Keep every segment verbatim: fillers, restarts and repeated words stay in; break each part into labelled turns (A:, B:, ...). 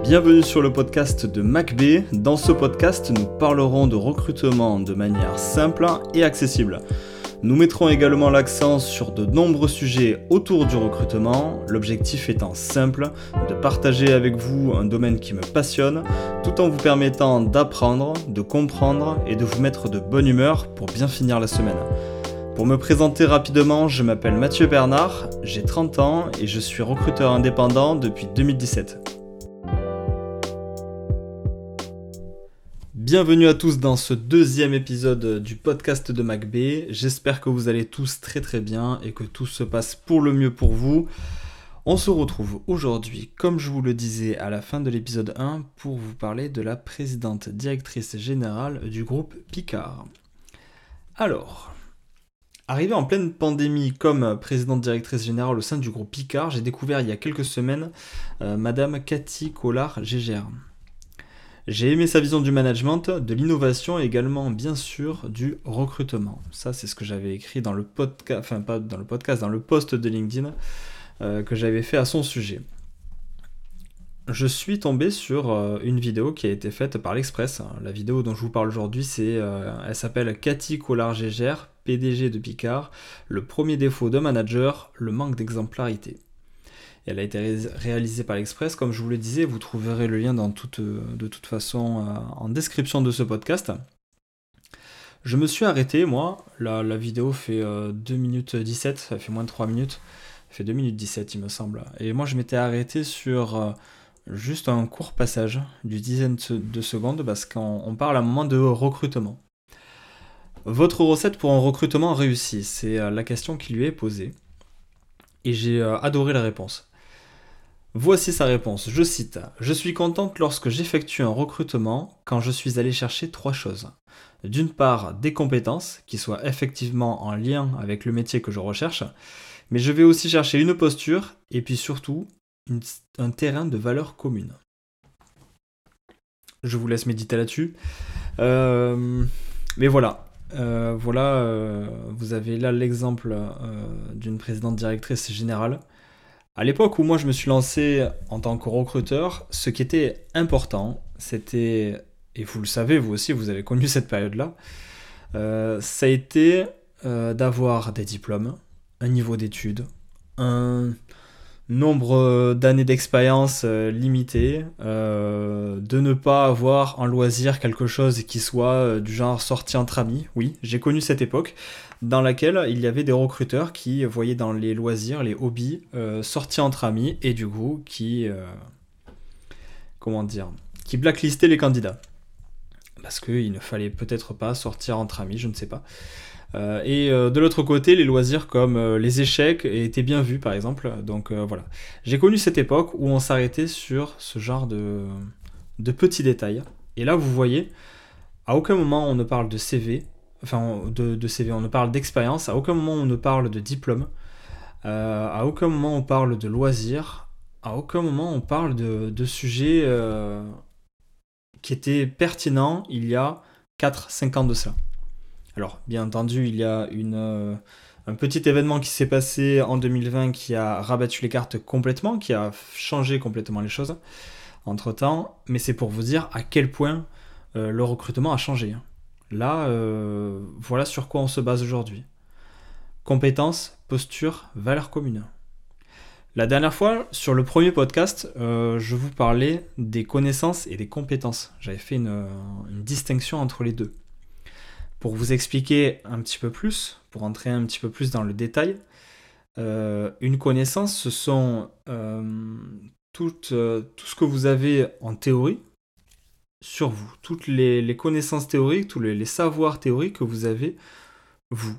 A: Bienvenue sur le podcast de MacB. Dans ce podcast, nous parlerons de recrutement de manière simple et accessible. Nous mettrons également l'accent sur de nombreux sujets autour du recrutement, l'objectif étant simple, de partager avec vous un domaine qui me passionne, tout en vous permettant d'apprendre, de comprendre et de vous mettre de bonne humeur pour bien finir la semaine. Pour me présenter rapidement, je m'appelle Mathieu Bernard, j'ai trente ans et je suis recruteur indépendant depuis deux mille dix-sept. Bienvenue à tous dans ce deuxième épisode du podcast de MacB. J'espère que vous allez tous très très bien et que tout se passe pour le mieux pour vous. On se retrouve aujourd'hui, comme je vous le disais à la fin de l'épisode un, pour vous parler de la présidente directrice générale du groupe Picard. Alors, arrivée en pleine pandémie comme présidente directrice générale au sein du groupe Picard, j'ai découvert il y a quelques semaines euh, Madame Cathy Collard-Gégère. J'ai aimé sa vision du management, de l'innovation et également, bien sûr, du recrutement. Ça, c'est ce que j'avais écrit dans le podcast, enfin pas dans le podcast, dans le post de LinkedIn euh, que j'avais fait à son sujet. Je suis tombé sur euh, une vidéo qui a été faite par l'Express. La vidéo dont je vous parle aujourd'hui, c'est, euh, elle s'appelle Cathy Collard-Gégère, P D G de Picard. Le premier défaut d'un manager, le manque d'exemplarité. Elle a été ré- réalisée par l'Express, comme je vous le disais, vous trouverez le lien dans toute, de toute façon euh, en description de ce podcast. Je me suis arrêté, moi, la, la vidéo fait euh, deux minutes dix-sept, elle fait moins de trois minutes, elle fait deux minutes dix-sept il me semble. Et moi je m'étais arrêté sur euh, juste un court passage d'une dizaine de secondes parce qu'on on parle à un moment de recrutement. Votre recette pour un recrutement réussi, c'est euh, la question qui lui est posée. Et j'ai euh, adoré la réponse. Voici sa réponse, je cite « Je suis contente lorsque j'effectue un recrutement quand je suis allé chercher trois choses. D'une part, des compétences qui soient effectivement en lien avec le métier que je recherche, mais je vais aussi chercher une posture et puis surtout une, un terrain de valeurs communes. » Je vous laisse méditer là-dessus. Euh, mais voilà, euh, voilà euh, vous avez là l'exemple euh, d'une présidente directrice générale. À l'époque où moi je me suis lancé en tant que recruteur, ce qui était important, c'était, et vous le savez, vous aussi, vous avez connu cette période-là, euh, ça a été euh, d'avoir des diplômes, un niveau d'études, un nombre d'années d'expérience euh, limité, euh, de ne pas avoir en loisir quelque chose qui soit euh, du genre sorti entre amis. Oui, j'ai connu cette époque dans laquelle il y avait des recruteurs qui voyaient dans les loisirs, les hobbies, euh, sortis entre amis et du coup qui, euh, comment dire, qui blacklistaient les candidats. Parce qu'il ne fallait peut-être pas sortir entre amis, je ne sais pas. Euh, et euh, de l'autre côté, les loisirs comme euh, les échecs étaient bien vus, par exemple. Donc euh, voilà. J'ai connu cette époque où on s'arrêtait sur ce genre de, de petits détails. Et là, vous voyez, à aucun moment on ne parle de C V, enfin de, de C V, on ne parle d'expérience, à aucun moment on ne parle de diplôme, euh, à aucun moment on parle de loisirs, à aucun moment on parle de, de sujets euh, qui étaient pertinents il y a quatre cinq ans de ça. Alors, bien entendu, il y a une, euh, un petit événement qui s'est passé en deux mille vingt qui a rabattu les cartes complètement, qui a changé complètement les choses entre-temps, mais c'est pour vous dire à quel point euh, le recrutement a changé. Là, euh, voilà sur quoi on se base aujourd'hui. Compétences, posture, valeurs communes. La dernière fois, sur le premier podcast, euh, je vous parlais des connaissances et des compétences. J'avais fait une, une distinction entre les deux. Pour vous expliquer un petit peu plus, pour entrer un petit peu plus dans le détail, euh, une connaissance, ce sont euh, toutes, euh, tout ce que vous avez en théorie sur vous, toutes les, les connaissances théoriques, tous les, les savoirs théoriques que vous avez, vous.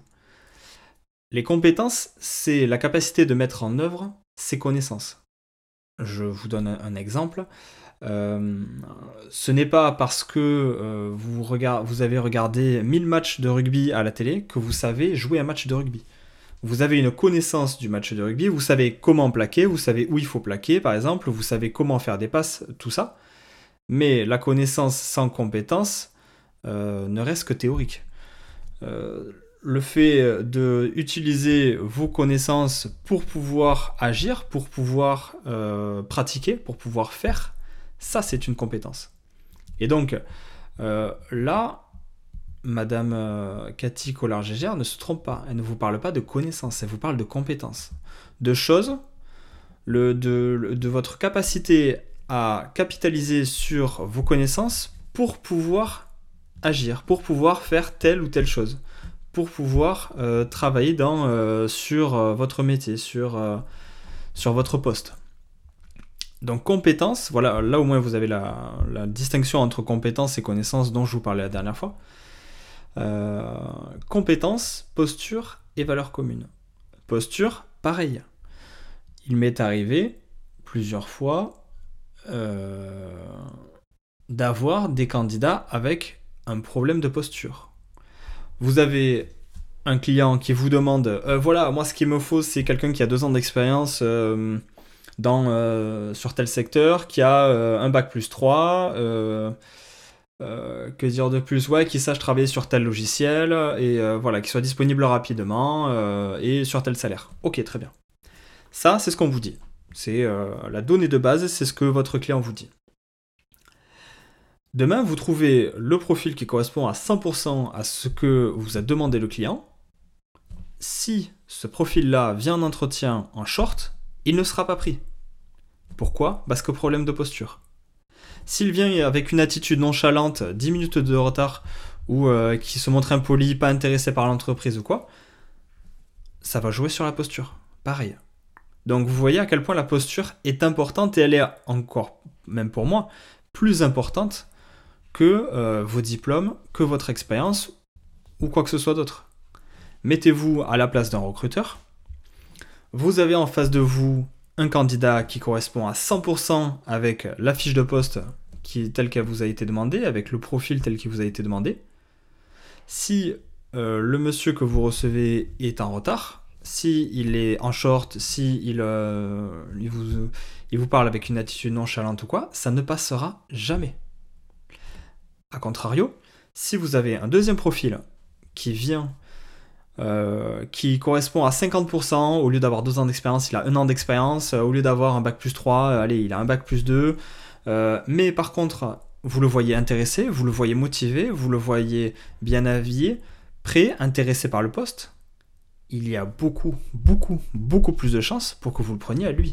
A: Les compétences, c'est la capacité de mettre en œuvre ces connaissances. Je vous donne un, un exemple. Euh, ce n'est pas parce que euh, vous, regard- vous avez regardé mille matchs de rugby à la télé que vous savez jouer un match de rugby. Vous avez une connaissance du match de rugby, vous savez comment plaquer, vous savez où il faut plaquer par exemple, vous savez comment faire des passes, tout ça. Mais la connaissance sans compétence euh, ne reste que théorique. Euh, le fait d'utiliser vos connaissances pour pouvoir agir, pour pouvoir euh, pratiquer, pour pouvoir faire, Ça, c'est une compétence. Et donc, euh, là, Madame euh, Cathy Collard-Gégère ne se trompe pas. Elle ne vous parle pas de connaissances, elle vous parle de compétences. De choses, le, de, de votre capacité à capitaliser sur vos connaissances pour pouvoir agir, pour pouvoir faire telle ou telle chose, pour pouvoir euh, travailler dans, euh, sur euh, votre métier, sur, euh, sur votre poste. Donc compétences, voilà, là au moins vous avez la, la distinction entre compétences et connaissances dont je vous parlais la dernière fois. Euh, compétences, posture et valeurs communes. Posture, pareil. Il m'est arrivé plusieurs fois euh, d'avoir des candidats avec un problème de posture. Vous avez un client qui vous demande euh, voilà, moi ce qu'il me faut, c'est quelqu'un qui a deux ans d'expérience euh, dans, euh, sur tel secteur, qui a euh, un bac plus trois, euh, euh, que dire de plus, ouais, qui sache travailler sur tel logiciel, et euh, voilà, qui soit disponible rapidement euh, et sur tel salaire. Ok, très bien. Ça, c'est ce qu'on vous dit. C'est euh, la donnée de base, c'est ce que votre client vous dit. Demain, vous trouvez le profil qui correspond à cent pour cent à ce que vous a demandé le client. Si ce profil-là vient en entretien en short, il ne sera pas pris. Pourquoi ? Parce que problème de posture. S'il vient avec une attitude nonchalante, dix minutes de retard, ou euh, qui se montre impoli, pas intéressé par l'entreprise ou quoi, ça va jouer sur la posture. Pareil. Donc vous voyez à quel point la posture est importante, et elle est encore, même pour moi, plus importante que euh, vos diplômes, que votre expérience, ou quoi que ce soit d'autre. Mettez-vous à la place d'un recruteur. Vous avez en face de vous un candidat qui correspond à cent pour cent avec la fiche de poste qui, telle qu'elle vous a été demandée, avec le profil tel qu'il vous a été demandé. Si euh, le monsieur que vous recevez est en retard, si il est en short, si il, euh, il, vous, il vous parle avec une attitude nonchalante ou quoi, ça ne passera jamais. A contrario, si vous avez un deuxième profil qui vient Euh, qui correspond à cinquante pour cent, au lieu d'avoir deux ans d'expérience, il a un an d'expérience, euh, au lieu d'avoir un bac plus trois, euh, allez, il a un bac plus deux, euh, mais par contre, vous le voyez intéressé, vous le voyez motivé, vous le voyez bien habillé, prêt, intéressé par le poste, il y a beaucoup, beaucoup, beaucoup plus de chances pour que vous le preniez à lui.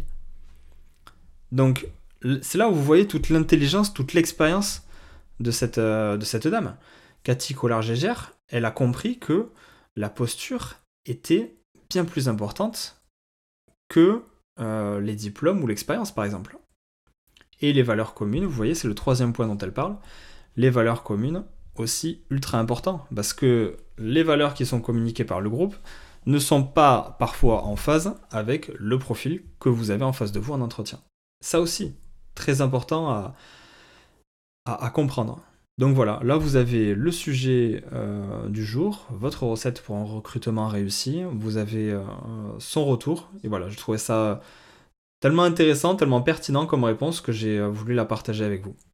A: Donc, c'est là où vous voyez toute l'intelligence, toute l'expérience de cette, euh, de cette dame. Cathy Collard-Gégère, elle a compris que la posture était bien plus importante que euh, les diplômes ou l'expérience, par exemple. Et les valeurs communes, vous voyez, c'est le troisième point dont elle parle. Les valeurs communes, aussi ultra important, parce que les valeurs qui sont communiquées par le groupe ne sont pas parfois en phase avec le profil que vous avez en face de vous en entretien. Ça aussi, très important à, à, à comprendre. Donc voilà, là vous avez le sujet euh, du jour, votre recette pour un recrutement réussi, vous avez euh, son retour, et voilà, je trouvais ça tellement intéressant, tellement pertinent comme réponse que j'ai voulu la partager avec vous.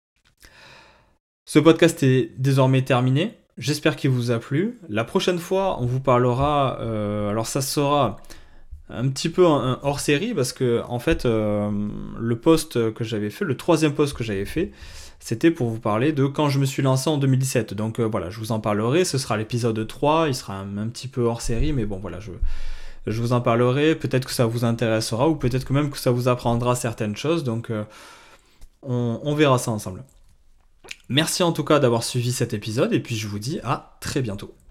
A: Ce podcast est désormais terminé, j'espère qu'il vous a plu. La prochaine fois, on vous parlera, euh, alors ça sera un petit peu un hors-série, parce que en fait, euh, le post que j'avais fait, le troisième post que j'avais fait, c'était pour vous parler de quand je me suis lancé en deux mille dix-sept. Donc euh, voilà, je vous en parlerai, ce sera l'épisode trois, il sera un, un petit peu hors série, mais bon voilà, je, je vous en parlerai, peut-être que ça vous intéressera, ou peut-être que même que ça vous apprendra certaines choses, donc euh, on, on verra ça ensemble. Merci en tout cas d'avoir suivi cet épisode, et puis je vous dis à très bientôt.